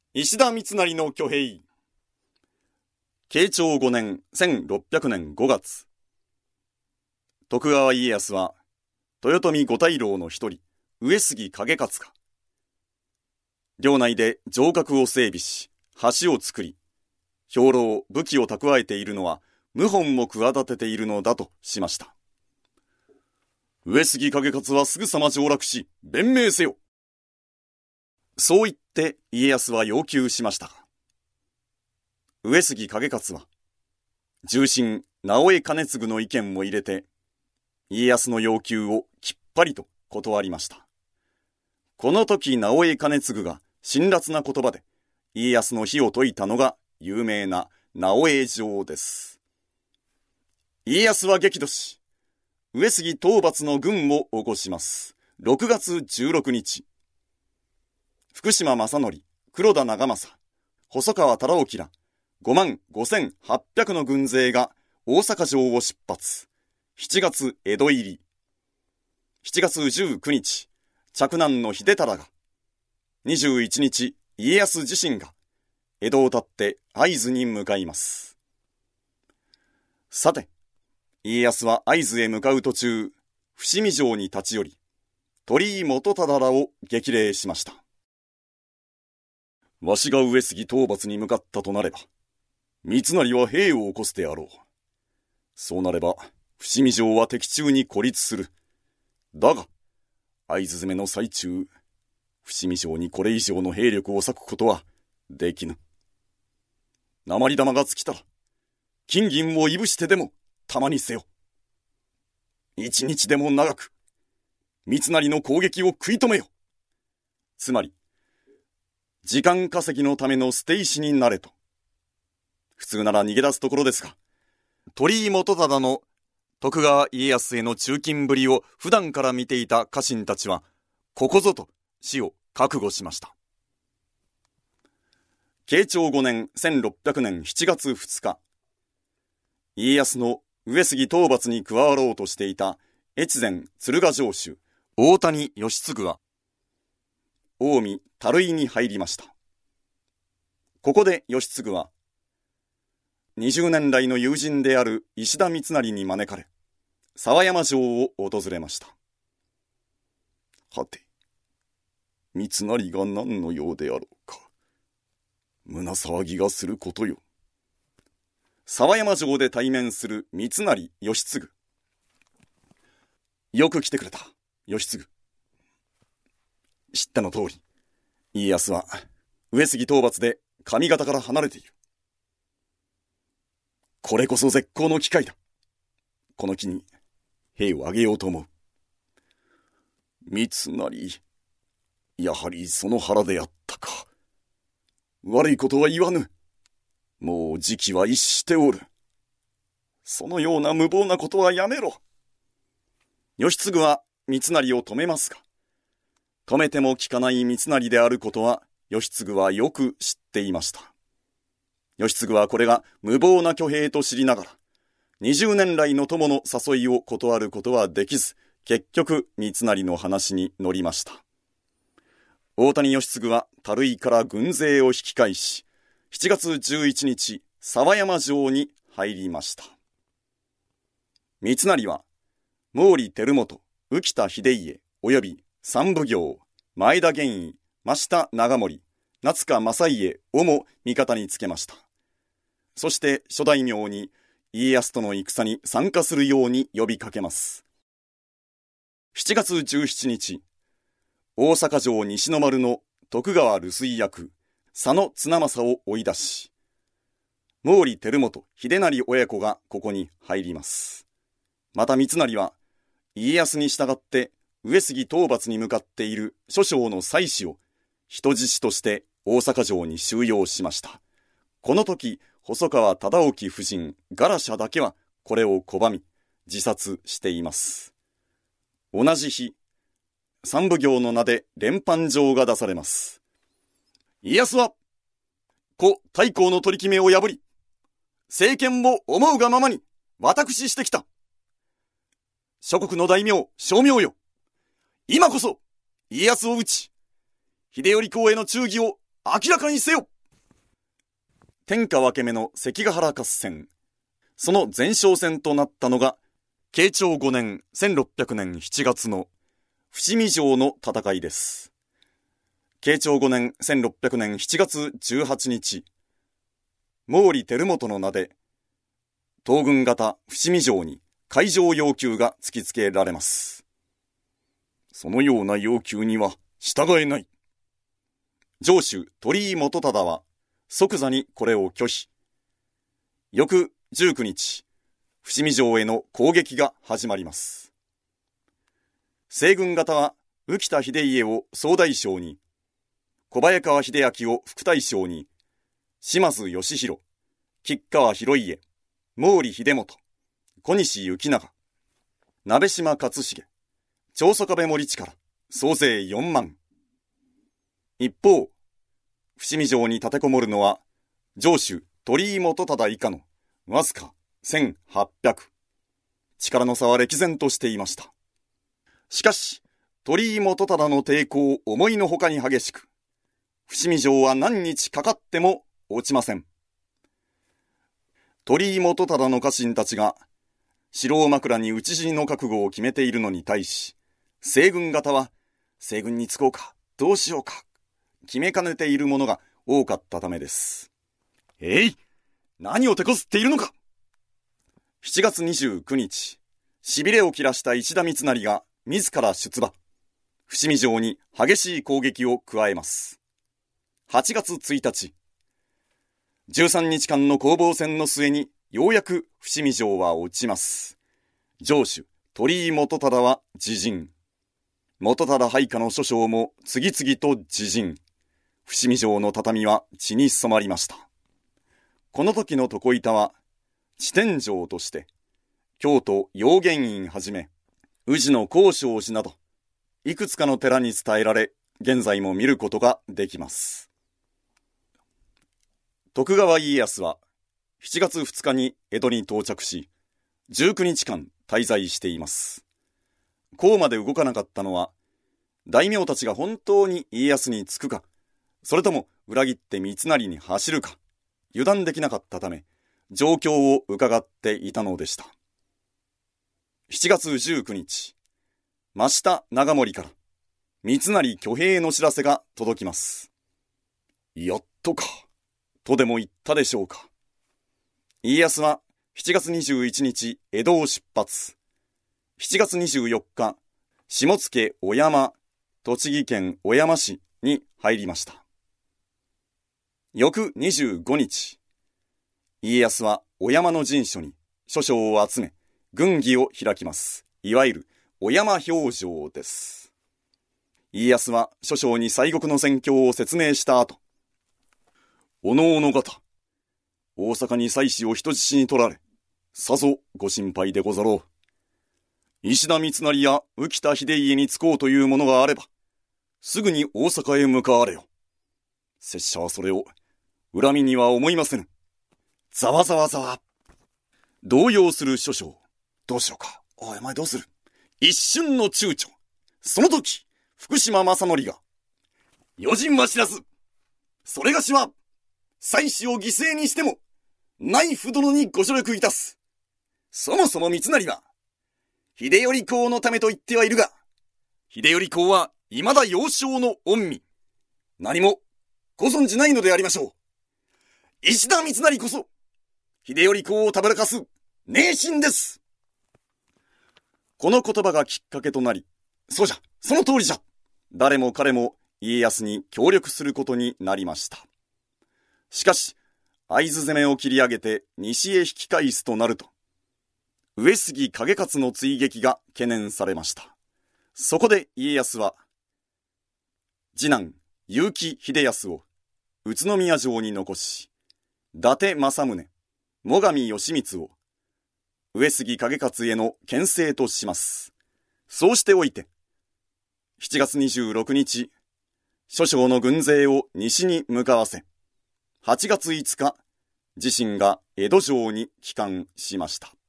石田三成の挙兵。慶長5年1600年5月、徳川家康は豊臣五大老の一人上杉景勝が領内で城郭を整備し橋を作り、兵糧武器を蓄えているのは謀反も企てているのだとしました。上杉景勝はすぐさま上洛し弁明せよ。そう言って家康は要求しましたが、上杉景勝は重臣直江兼続の意見を入れて家康の要求をきっぱりと断りました。この時直江兼続が辛辣な言葉で家康の非を説いたのが有名な直江状です。家康は激怒し上杉討伐の軍を起こします。6月16日、福島正則、黒田長政、細川忠興ら55,800の軍勢が大阪城を出発。7月江戸入り。7月19日、嫡男の秀忠が、21日、家康自身が江戸を立って会津に向かいます。さて、家康は会津へ向かう途中、伏見城に立ち寄り、鳥居元忠らを激励しました。わしが上杉討伐に向かったとなれば、三成は兵を起こすであろう。そうなれば、伏見城は敵中に孤立する。だが、会津攻めの最中、伏見城にこれ以上の兵力を割くことはできぬ。鉛玉が尽きたら、金銀をいぶしてでも玉にせよ。一日でも長く、三成の攻撃を食い止めよ。つまり、時間稼ぎのための捨て石になれと。普通なら逃げ出すところですが、鳥居元忠の徳川家康への忠勤ぶりを普段から見ていた家臣たちは、ここぞと死を覚悟しました。慶長5年1600年7月2日、家康の上杉討伐に加わろうとしていた越前鶴ヶ城主大谷義次は、近江垂井に入りました。ここで義次は、20年来の友人である石田三成に招かれ、沢山城を訪れました。はて、三成が何の用であろうか。胸騒ぎがすることよ。沢山城で対面する三成義次。よく来てくれた、義次。知ったの通り、家康は上杉討伐で上方から離れている。これこそ絶好の機会だ。この機に兵を挙げようと思う。三成、やはりその腹であったか。悪いことは言わぬ。もう時期は逸しておる。そのような無謀なことはやめろ。義次は三成を止めますが、止めても聞かない三成であることは義次はよく知っていました。義次はこれが無謀な挙兵と知りながら、20年来の友の誘いを断ることはできず、結局三成の話に乗りました。大谷義次は垂井から軍勢を引き返し、7月11日、沢山城に入りました。三成は、毛利輝元、浮田秀家、及び三奉行、前田玄夷、真下長盛、夏川正家をも味方につけました。そして諸大名に家康との戦に参加するように呼びかけます。7月17日、大阪城西の丸の徳川留守居役、佐野綱政を追い出し、毛利輝元、秀成親子がここに入ります。また三成は、家康に従って上杉討伐に向かっている諸将の妻子を人質として大阪城に収容しました。この時、細川忠興夫人ガラシャだけはこれを拒み、自殺しています。同じ日、三奉行の名で連判状が出されます。家康は、故太閤の取り決めを破り、政権を思うがままに私してきた。諸国の大名、小名よ。今こそ、家康を討ち、秀頼公への忠義を明らかにせよ。天下分け目の関ヶ原合戦、その前哨戦となったのが慶長5年1600年7月の伏見城の戦いです。慶長5年1600年7月18日、毛利輝元の名で東軍方伏見城に開城要求が突きつけられます。そのような要求には従えない。城主鳥居元忠は即座にこれを拒否。翌19日、伏見城への攻撃が始まります。西軍方は浮田秀家を総大将に、小早川秀明を副大将に、島津義弘、吉川広家、毛利秀元、小西行長、鍋島勝重、長宗我部盛力、総勢4万。一方、伏見城に立てこもるのは、城主鳥居元忠以下のわずか1800。力の差は歴然としていました。しかし、鳥居元忠の抵抗思いのほかに激しく、伏見城は何日かかっても落ちません。鳥居元忠の家臣たちが、城を枕に討ち死にの覚悟を決めているのに対し、西軍方は、西軍につこうか、どうしようか、決めかねているものが多かったためです。何を手こずっているのか。7月29日、痺れを切らした石田三成が自ら出馬、伏見城に激しい攻撃を加えます。8月1日、13日間の攻防戦の末にようやく伏見城は落ちます。城主鳥居元忠は自陣。元忠配下の諸将も次々と自陣。伏見城の畳は血に染まりました。この時の床板は、地天城として、京都陽元院はじめ、宇治の高尚寺など、いくつかの寺に伝えられ、現在も見ることができます。徳川家康は、7月2日に江戸に到着し、19日間滞在しています。こうまで動かなかったのは、大名たちが本当に家康につくか、それとも裏切って三成に走るか、油断できなかったため、状況を伺っていたのでした。7月19日、真下長森から三成挙兵の知らせが届きます。やっとか、とでも言ったでしょうか。家康は7月21日、江戸を出発。7月24日、下野小山、栃木県小山市に入りました。翌25日、家康は小山の陣所に諸将を集め、軍議を開きます。いわゆる小山評定です。家康は諸将に西国の戦況を説明した後、おのおの方、大阪に妻子を人質に取られ、さぞご心配でござろう。石田三成や浮田秀家につこうというものがあれば、すぐに大阪へ向かわれよ。拙者はそれを恨みには思いませぬ。ざわざわざわ。動揺する諸将。どうしようか。お前どうする。一瞬の躊躇。その時、福島正則が、余人は知らず、それがしは、妻子を犠牲にしても、内府殿にご助力いたす。そもそも三成は、秀頼公のためと言ってはいるが、秀頼公は未だ幼少の御身。何もご存じないのでありましょう。石田三成こそ、秀頼公をたぶらかす、迷信です。この言葉がきっかけとなり、そうじゃ、その通りじゃ。誰も彼も家康に協力することになりました。しかし、会津攻めを切り上げて西へ引き返すとなると、上杉景勝の追撃が懸念されました。そこで家康は、次男、結城秀康を宇都宮城に残し、伊達政宗、最上義光を上杉景勝への牽制とします。そうしておいて、7月26日、諸将の軍勢を西に向かわせ、8月5日、自身が江戸城に帰還しました。